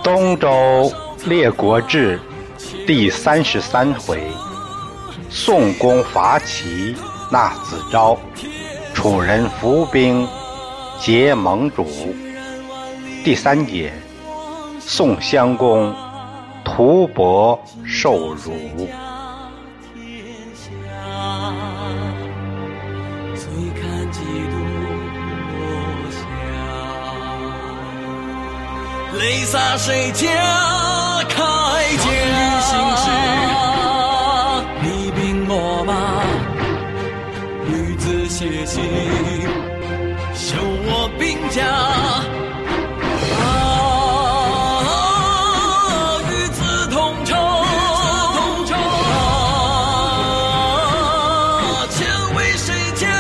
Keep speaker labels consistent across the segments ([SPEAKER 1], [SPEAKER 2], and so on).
[SPEAKER 1] 东周列国志第33回，宋公伐齐纳子昭，楚人伏兵结盟主。第3节，宋襄公屠伯受辱。
[SPEAKER 2] 泪洒谁家铠甲，行事你兵我马，女子写信修我兵家。与子同仇，千为谁家？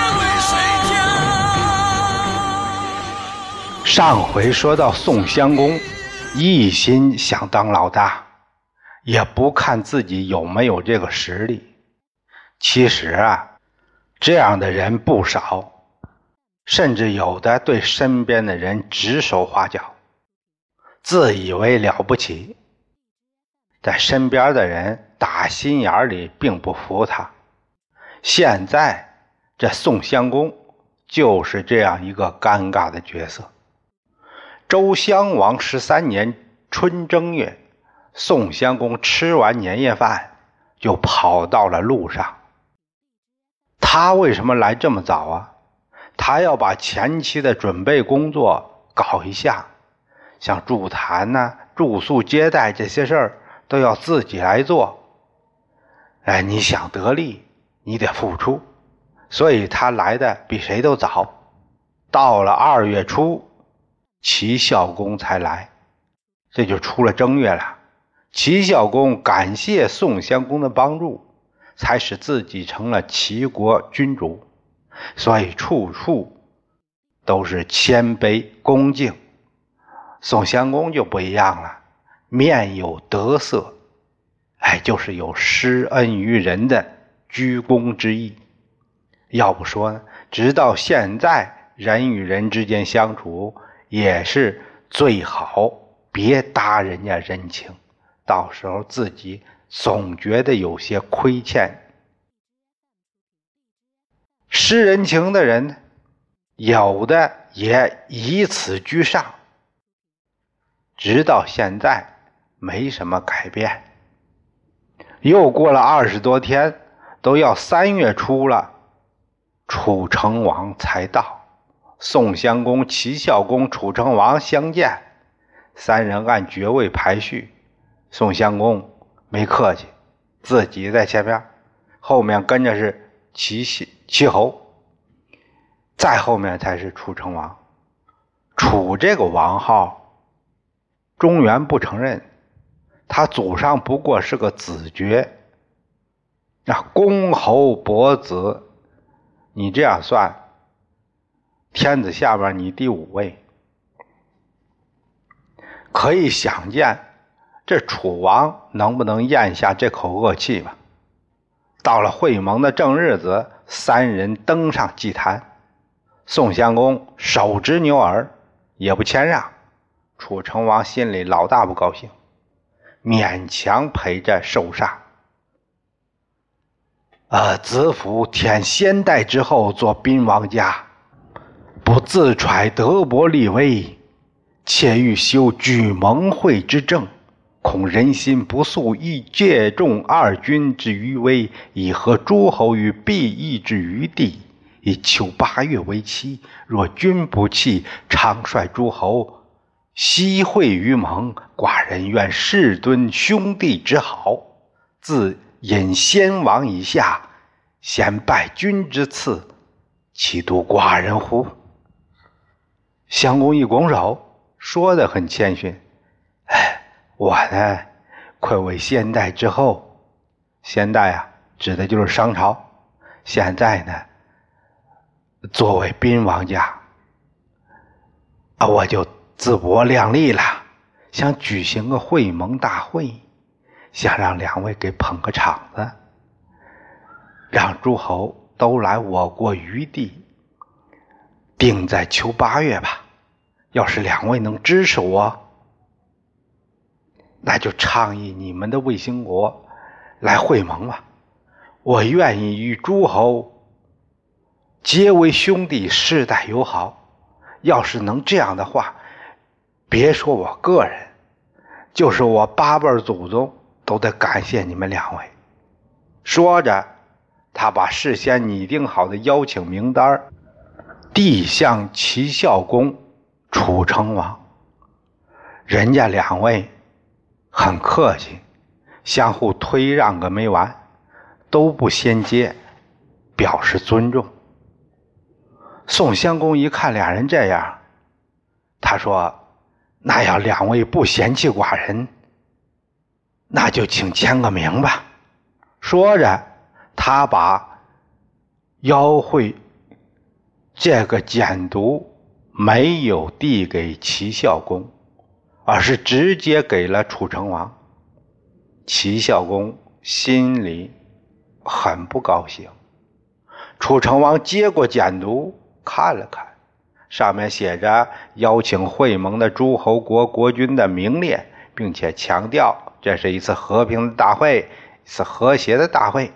[SPEAKER 1] 上回说到宋襄公一心想当老大，也不看自己有没有这个实力。其实这样的人不少，甚至有的对身边的人指手画脚，自以为了不起，在身边的人打心眼里并不服他。现在这宋襄公就是这样一个尴尬的角色。周襄王13年春正月，宋襄公吃完年夜饭就跑到了路上。他为什么来这么早啊？他要把前期的准备工作搞一下，像筑坛住宿接待这些事儿都要自己来做。你想得利，你得付出，所以他来的比谁都早。到了2月初，齐孝公才来，这就出了正月了。齐孝公感谢宋襄公的帮助，才使自己成了齐国君主，所以处处都是谦卑恭敬。宋襄公就不一样了，面有得色，就是有施恩于人的居功之意。要不说呢，直到现在人与人之间相处也是最好别搭人家人情，到时候自己总觉得有些亏欠。施人情的人有的也以此居上，直到现在没什么改变。又过了20多天，都要3月初了，楚成王才到。宋襄公、齐孝公、楚成王相见，3人按爵位排序。宋襄公没客气，自己在前面，后面跟着是齐侯，再后面才是楚成王。楚这个王号中原不承认，他祖上不过是个子爵，公侯伯子，你这样算，天子下边你第5位。可以想见这楚王能不能咽下这口恶气吧。到了会盟的正日子，3人登上祭坛，宋襄公手执牛耳也不谦让，楚成王心里老大不高兴，勉强陪着受杀。子府填先代之后做宾王家，不自揣德薄立威，且欲修举盟会之政，恐人心不肃，亦借重2君之余威，以合诸侯于必邑之余地，以求8月为期。若君不弃，常率诸侯西会于盟，寡人愿世敦兄弟之好，自引先王以下，先拜君之赐，岂独寡人乎？襄公一拱手，说得很谦逊，我呢愧为先代之后，先代指的就是商朝，现在呢作为宾王家，我就自我量力了，想举行个会盟大会，想让2位给捧个场子，让诸侯都来我国余地，定在秋8月吧。要是2位能支持我， 那就倡议你们的卫星国来会盟吧，我愿意与诸侯结为兄弟，世代友好。要是能这样的话，别说我个人，就是我8辈祖宗都得感谢你们2位。说着，他把事先拟定好的邀请名单递向齐孝公、楚成王。人家2位很客气，相互推让个没完，都不先接，表示尊重。宋襄公一看俩人这样，他说：那要2位不嫌弃寡人，那就请签个名吧。说着，他把邀会这个简牍没有递给齐孝公，而是直接给了楚成王。齐孝公心里很不高兴。楚成王接过简牍看了看，上面写着邀请会盟的诸侯国国君的名列，并且强调这是一次和平的大会，一次和谐的大会。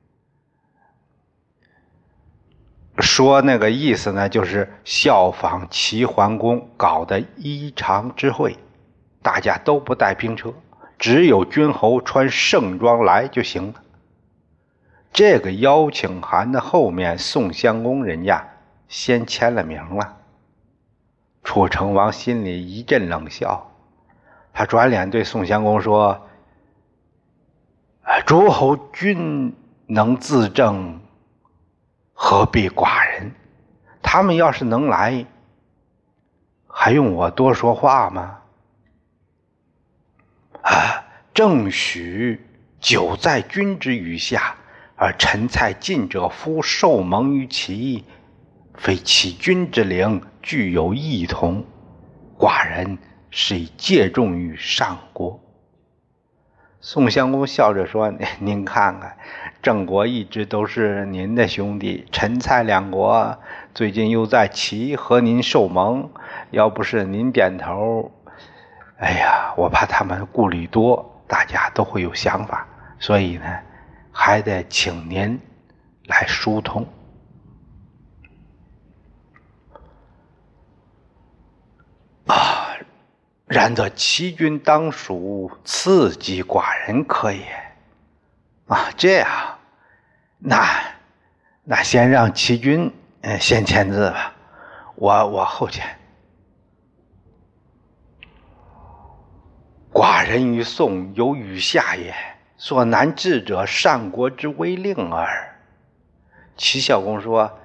[SPEAKER 1] 说那个意思呢，就是效仿齐桓公搞的一常之会，大家都不带兵车，只有君侯穿盛装来就行了。这个邀请函的后面，宋襄公人家先签了名了。楚成王心里一阵冷笑，他转脸对宋襄公说：诸侯君能自正，何必寡人？他们要是能来，还用我多说话吗？正许久在君之余下，而臣才近者夫受蒙于齐，非其君之灵，具有异同。寡人是以借重于上国。宋襄公笑着说：您看看，郑国一直都是您的兄弟，陈蔡2国最近又在齐和您受盟，要不是您点头，哎呀，我怕他们顾虑多，大家都会有想法，所以呢，还得请您来疏通。然则齐君当属刺激寡人可也。这样，那先让齐君先签字吧，我后签。寡人与宋有语下也，所难治者上国之威令耳。齐孝公说：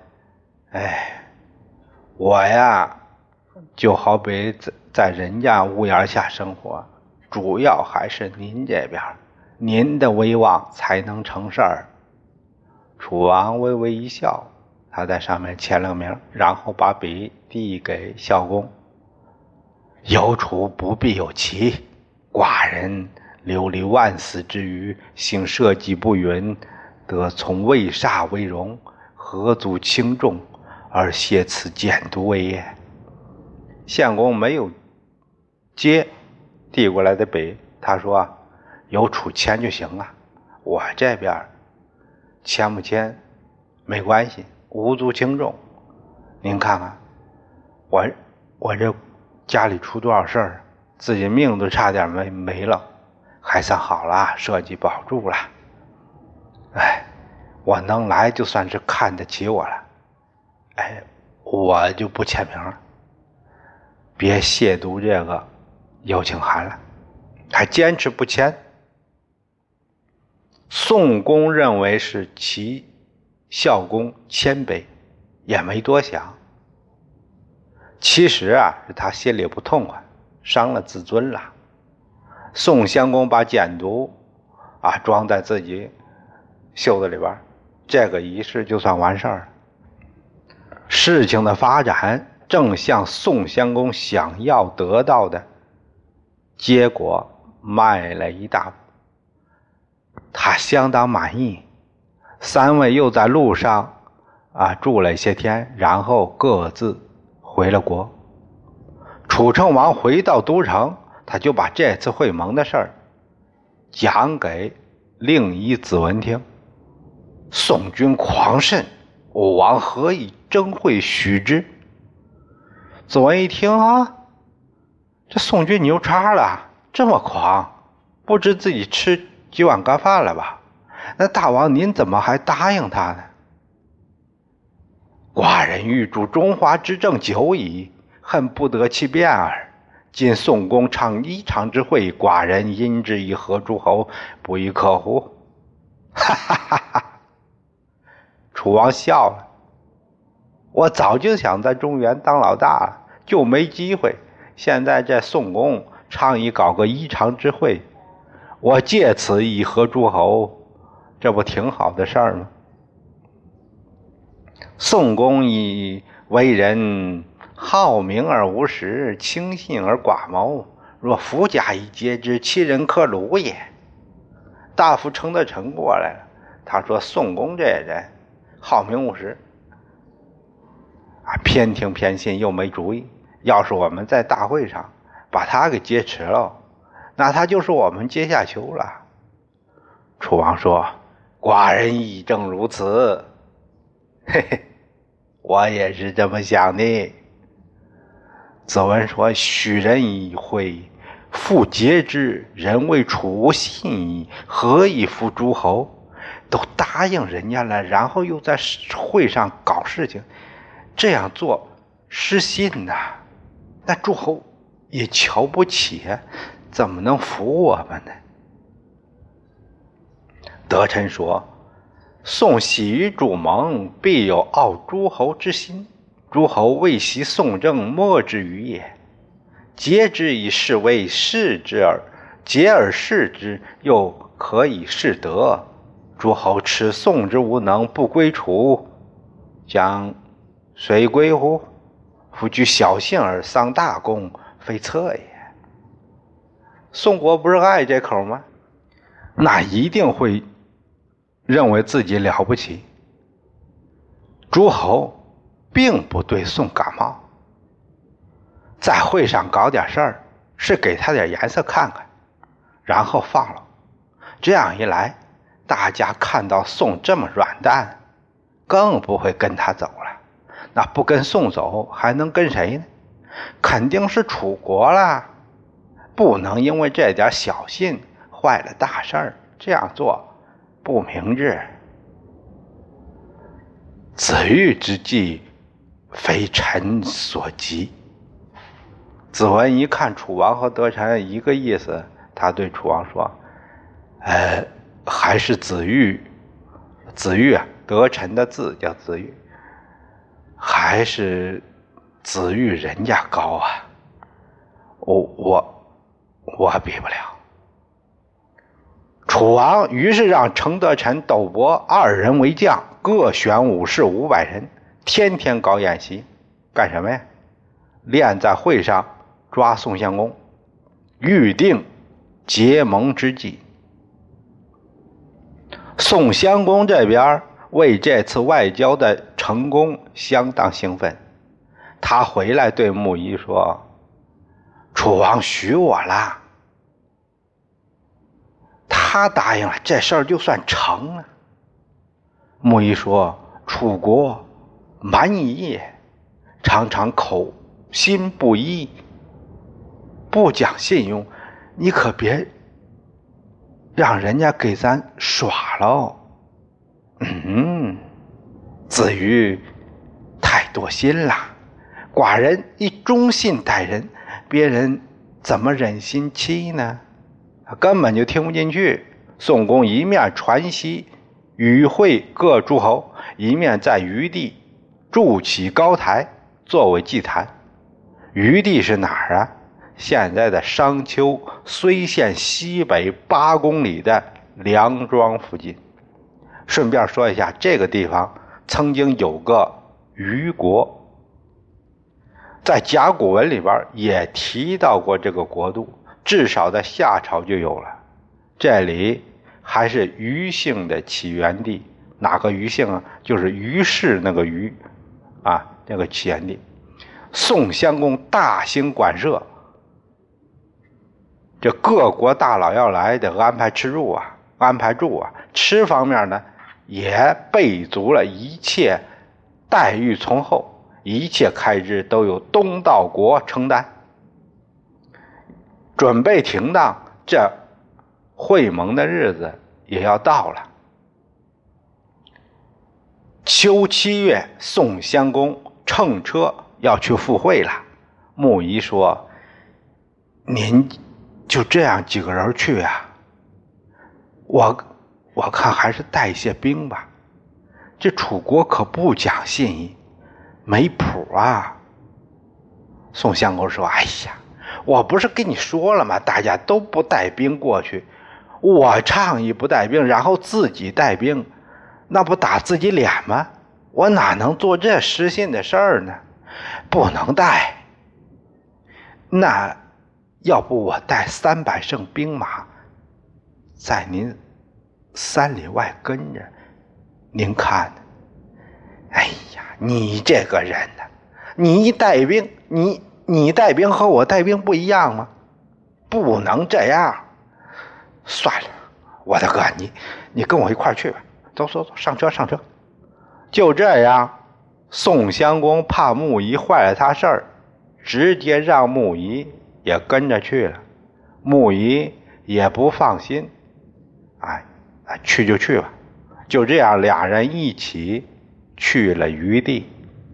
[SPEAKER 1] 我呀，就好比在人家屋檐下生活，主要还是您这边，您的威望才能成事儿。楚王微微一笑，他在上面签了个名，然后把笔递给孝公。有楚不必有齐，寡人流离万死之余，幸社稷不允，得从魏煞为荣，何足轻重，而谢此简牍为也。相公没有接递过来的笔，他说：有楚签就行了，我这边签不签没关系，无足轻重。您看看我这家里出多少事儿，自己命都差点没了，还算好了，社稷保住了。我能来就算是看得起我了。我就不签名了，别亵渎这个邀请函了。还坚持不签。宋公认为是齐孝公谦卑，也没多想。其实是他心里不痛快，伤了自尊了。宋襄公把简牍装在自己袖子里边，这个仪式就算完事儿了。事情的发展正像宋襄公想要得到的结果迈了一大步，他相当满意。3位又在路上住了一些天，然后各自回了国。楚成王回到都城，他就把这次会盟的事儿讲给令尹子文听。宋军狂甚，我王何以征会许之？子文一听啊，这宋军牛叉了，这么狂，不知自己吃几碗干饭了吧？那大王您怎么还答应他呢？寡人欲助中华之政久矣，恨不得其变耳。今宋公倡一场之会，寡人因之以何诸侯，不亦可乎？哈哈哈哈！楚王笑了，我早就想在中原当老大了，就没机会。现在这宋公倡议搞个一场之会，我借此以和诸侯，这不挺好的事儿吗？宋公以为人好名而无实，轻信而寡谋，若夫加以节之，其人可辱也。大夫程德成过来了，他说宋公这人好名无实偏听偏信又没主意，要是我们在大会上把他给劫持了，那他就是我们阶下囚了。楚王说，寡人亦正如此。嘿嘿，我也是这么想的。子文说，许人以会，复节之，人为楚信矣，何以服诸侯？都答应人家了，然后又在会上搞事情，这样做失信呐，那诸侯也瞧不起，怎么能服我们呢？德臣说，宋喜于主盟，必有傲诸侯之心，诸侯未习宋政，莫之于也。节之以示威，视之耳；节而视之，又可以示德。诸侯耻宋之无能，不归楚，将谁归乎？夫居小信而丧大功，非策也。宋国不是爱这口吗？那一定会认为自己了不起。诸侯并不对宋感冒，在会上搞点事儿，是给他点颜色看看，然后放了。这样一来，大家看到宋这么软蛋，更不会跟他走了。那不跟宋走，还能跟谁呢？肯定是楚国啦。不能因为这点小信坏了大事儿，这样做不明智。子玉之计，非臣所及。子文一看楚王和德臣一个意思，他对楚王说，还是子玉啊，德臣的字叫子玉，还是子玉人家高啊，我比不了。楚王于是让程德臣、斗伯二人为将，各选武士500人，天天搞演习，干什么呀？练在会上抓宋襄公，预定结盟之计。宋襄公这边为这次外交的成功相当兴奋，他回来对穆仪说，楚王许我了，他答应了，这事儿就算成了。穆仪说，楚国蛮夷也，常常口心不一，不讲信用，你可别让人家给咱耍喽。子瑜太多心了，寡人以忠信待人，别人怎么忍心欺呢？根本就听不进去。宋公一面传檄与会各诸侯，一面在余地筑起高台作为祭坛。余地是哪儿啊？现在的商丘睢县西北8公里的梁庄附近。顺便说一下，这个地方曾经有个虞国，在甲骨文里边也提到过这个国度，至少在夏朝就有了。这里还是虞姓的起源地。哪个虞姓啊？就是虞氏那个虞啊，这个起源地。宋襄公大兴馆舍， 这各国大佬要来得安排住啊，吃方面呢也备足了一切待遇从厚，一切开支都由东道国承担。准备停当，这会盟的日子也要到了。秋7月，宋襄公乘车要去赴会了。穆仪说：“您就这样几个人去啊？我看还是带一些兵吧。这楚国可不讲信义，没谱啊。”宋襄公说：“哎呀，我不是跟你说了吗？大家都不带兵过去，我倡议不带兵，然后自己带兵，那不打自己脸吗？我哪能做这失信的事儿呢？不能带。那要不我带300乘兵马，在您3里外跟着，您看。哎呀，你这个人呢，你一带兵，你带兵和我带兵不一样吗？不能这样。算了，我的哥，你跟我一块去吧。走，上车。就这样，宋襄公怕穆仪坏了他事儿，直接让穆仪也跟着去了。穆仪也不放心，去就去吧。就这样，俩人一起去了余地。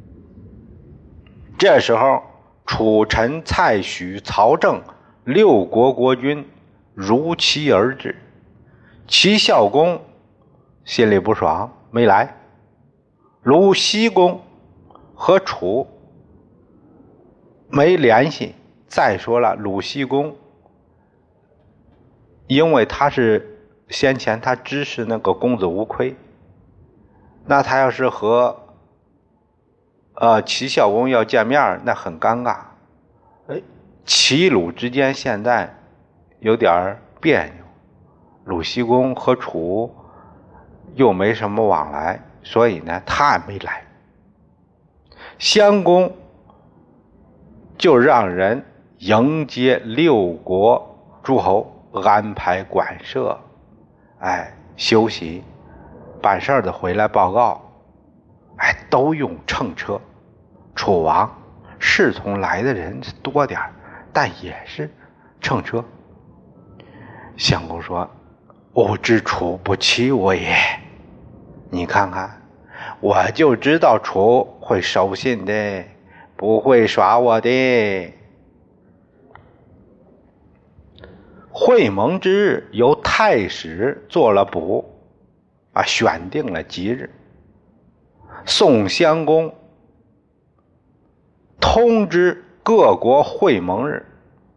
[SPEAKER 1] 这时候，楚、陈、蔡、许、曹、郑6国国君如期而至。齐孝公心里不爽，没来。鲁僖公和楚没联系。再说了，鲁僖公因为他是先前他支持那个公子无亏，那他要是和齐孝公要见面，那很尴尬。齐鲁之间现在有点别扭，鲁僖公和楚又没什么往来，所以呢他也没来。襄公就让人迎接6国诸侯，安排馆舍，休息，办事的回来报告，都用乘车。楚王侍从来的人多点，但也是乘车。襄公说：“吾知楚不欺我也。你看看，我就知道楚会守信的，不会耍我的。”会盟之日，由太史做了卜，选定了吉日。宋襄公通知各国会盟日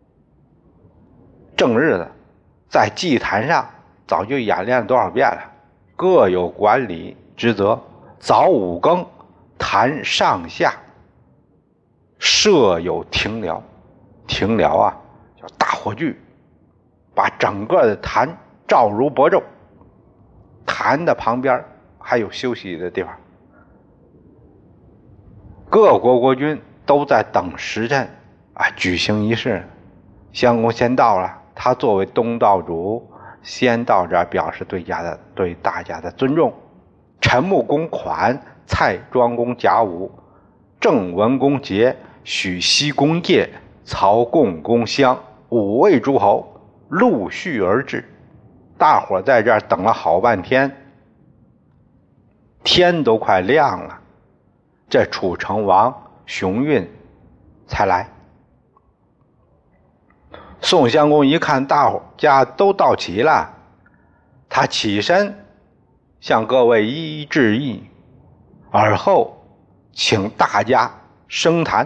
[SPEAKER 1] 正日子，在祭坛上早就演练了多少遍了，各有管理职责。早5更，坛上下设有庭僚，庭僚叫大火炬，把整个的坛照如薄昼。坛的旁边还有休息的地方。各国国君都在等时辰举行仪式。襄公先到了，他作为东道主，先到这儿表示对大家的尊重。陈穆公款、蔡庄公甲午、郑文公节、许僖公业、曹共公襄5位诸侯陆续而至。大伙在这儿等了好半天，天都快亮了，这楚成王熊运才来。宋襄公一看大家都到齐了，他起身向各位一一致意，而后请大家升坛。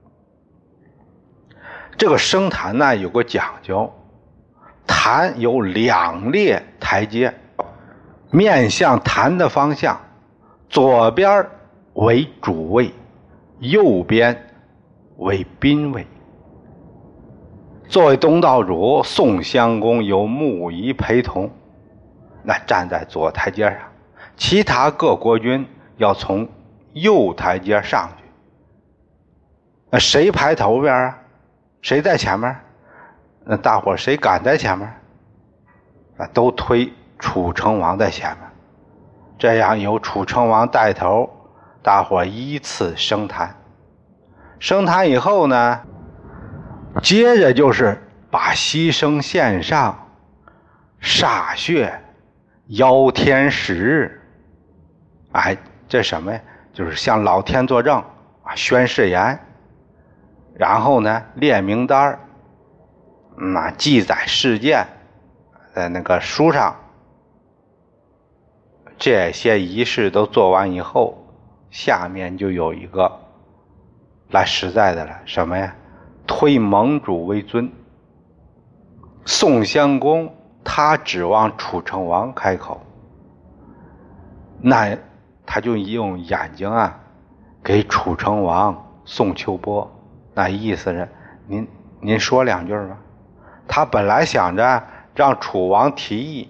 [SPEAKER 1] 这个升坛呢有个讲究，坛有2列台阶，面向坛的方向，左边为主位，右边为宾位。作为东道主，宋襄公由穆仪陪同，那站在左台阶上，其他各国君要从右台阶上去。那谁排头边谁在前面？ 那大伙谁赶在前面啊？都推楚成王在前面，这样由楚成王带头，大伙依次升坛。升坛以后呢，接着就是把牺牲献上，歃血，邀天使。哎，这什么呀？就是向老天作证啊，宣誓言，然后呢列名单，记载事件在那个书上。这些仪式都做完以后，下面就有一个来实在的了，什么呀？推盟主为尊。宋襄公他指望楚成王开口，那他就用眼睛啊给楚成王宋秋波，那意思是您说两句吧。他本来想着让楚王提议，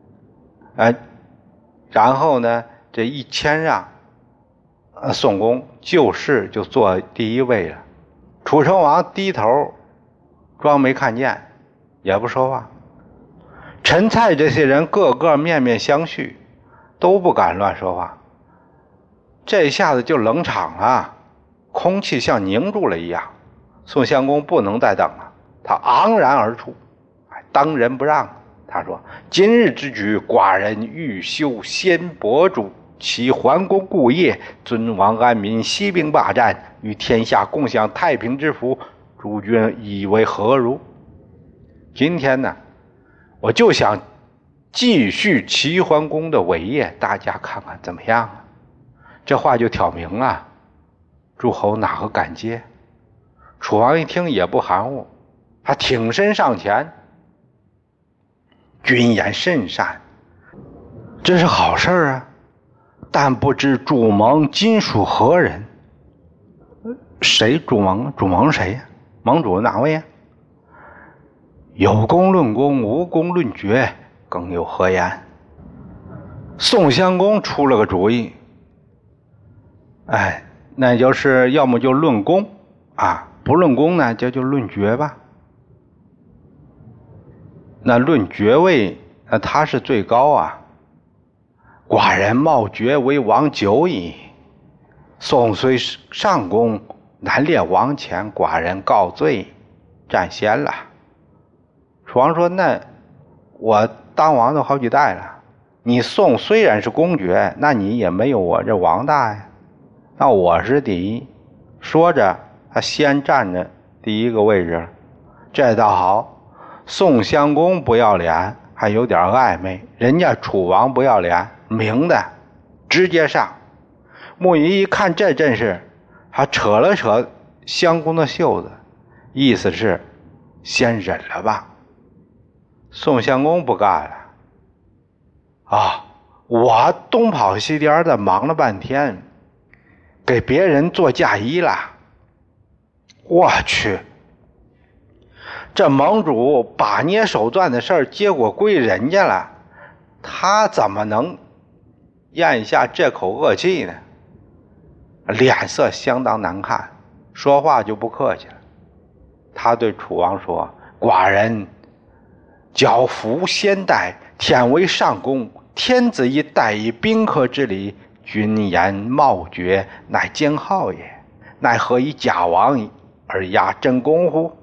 [SPEAKER 1] 然后呢这一谦让，宋公就事就做第一位了。楚成王低头装没看见，也不说话。陈蔡这些人个个面面相觑，都不敢乱说话。这一下子就冷场了，空气像凝住了一样。宋襄公不能再等了，他昂然而出，当仁不让。他说：今日之举，寡人欲修先伯主，齐桓公故业，尊王安民，息兵霸占，与天下共享太平之福，诸君以为何如？今天呢，我就想继续齐桓公的伟业，大家看看怎么样啊？这话就挑明了，诸侯哪个敢接？楚王一听也不含糊，他挺身上前，君言甚善，这是好事啊，但不知主盟今属何人？谁主盟？主盟谁呀？盟主哪位呀？有功论功，无功论爵，更有何言？宋襄公出了个主意，那就是要么就论功啊，不论功呢就论爵吧。那论爵位，他是最高啊。寡人冒爵为王久矣，宋虽上公，难列王前，寡人告罪，占先了。楚王说：那我当王都好几代了，你宋虽然是公爵，那你也没有我这王大呀，那我是第一。说着他先占着第一个位置，这倒好。宋襄公不要脸，还有点暧昧，人家楚王不要脸，明的直接上。穆仪一看这阵势，他扯了扯襄公的袖子，意思是先忍了吧。宋襄公不干了，我东跑西颠的忙了半天，给别人做嫁衣了。我去，这盟主把捏手段的事儿，结果归人家了，他怎么能咽下这口恶气呢？脸色相当难看，说话就不客气了。他对楚王说：寡人教服先代，天为上公，天子以待以宾客之礼，君言冒爵，乃奸号也，奈何以假王而压真公乎？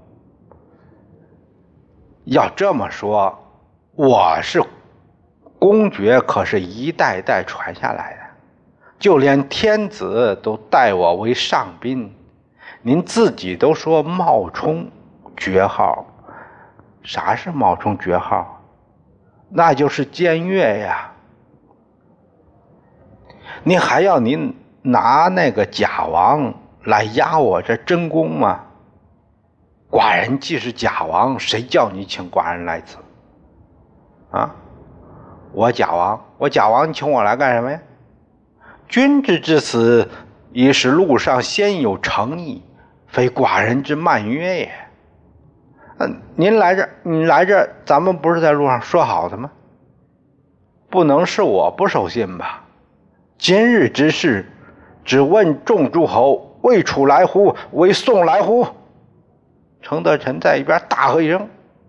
[SPEAKER 1] 要这么说，我是公爵，可是一代代传下来的，就连天子都待我为上宾，您自己都说冒充爵号。啥是冒充爵号？那就是僭越呀。你还要您拿那个假王来压我这真公吗？寡人既是假王，谁叫你请寡人来此啊？我假王，你请我来干什么呀？君之至此，已是路上先有诚意，非寡人之慢约也。你来这，咱们不是在路上说好的吗？不能是我不守信吧？今日之事，只问众诸侯，为楚来乎？为宋来乎？程德臣在一边大喝一声：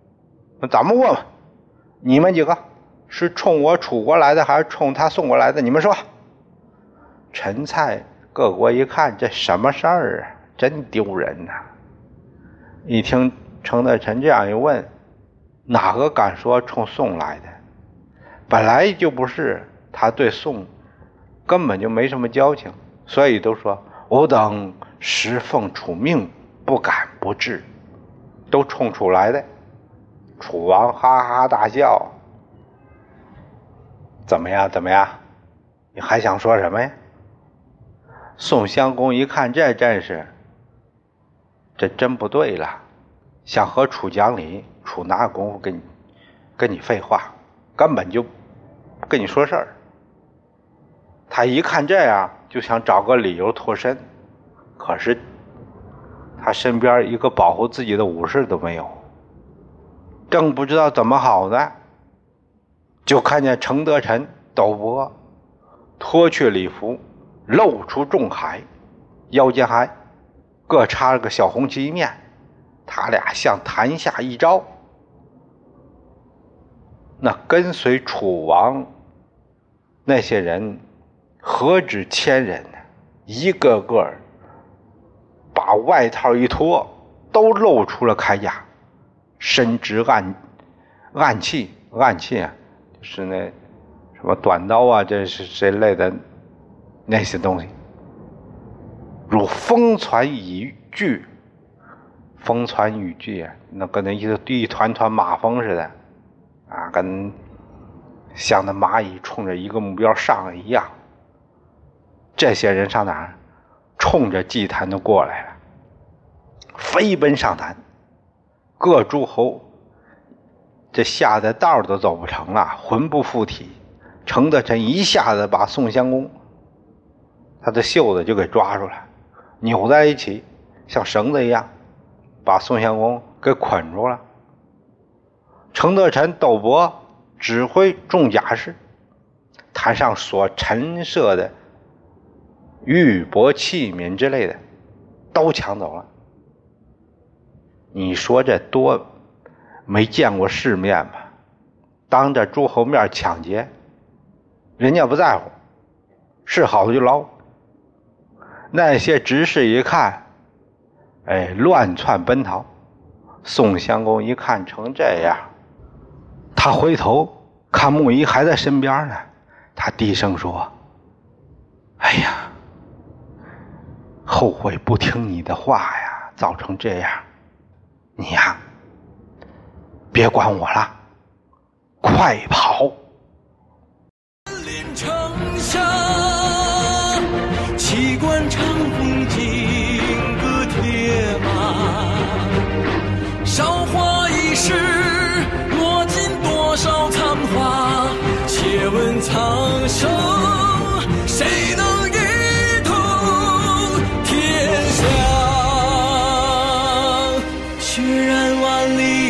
[SPEAKER 1] 咱们问问你们几个是冲我楚国来的还是冲他宋国来的，你们说。陈蔡各国一看，这什么事儿啊，真丢人呐。一听程德臣这样一问，哪个敢说冲宋来的？本来就不是，他对宋根本就没什么交情，所以都说吾等实奉楚命，不敢不至，都冲楚来的。楚王哈哈大笑。怎么样你还想说什么呀？宋襄公一看这阵势，这真不对了，想和楚讲理，楚哪有功夫跟你废话，根本就不跟你说事儿。他一看这样，就想找个理由脱身，可是他身边一个保护自己的武士都没有，正不知道怎么好呢，就看见程德臣、斗伯脱去礼服，露出重铠，腰间还各插了个小红旗面，他俩向坛下一招，那跟随楚王那些人何止1000人呢，一个个把外套一脱，都露出了铠甲，身执暗器啊，就是那什么短刀啊，这是这类的那些东西，如风传雨炬啊，那跟那一团团马蜂似的啊，跟像那蚂蚁冲着一个目标上了一样。这些人上哪儿？冲着祭坛就过来了，飞奔上坛，各诸侯这吓得道都走不成了，魂不附体。程德臣一下子把宋襄公他的袖子就给抓住了，扭在一起，像绳子一样把宋襄公给捆住了。程德臣、斗伯指挥重甲士，坛上所陈设的玉帛器皿之类的都抢走了。你说这多没见过世面吧？当着诸侯面抢劫，人家不在乎，是好的就捞。那些执事一看，乱窜奔逃。宋襄公一看成这样，他回头看穆仪还在身边呢，他低声说：哎呀，后悔不听你的话呀，造成这样，你呀别管我了，快跑。
[SPEAKER 2] 临城下，旗官长风金戈铁马，韶华易逝，落尽多少残花。且问苍生，谁能一统天下？血染万里。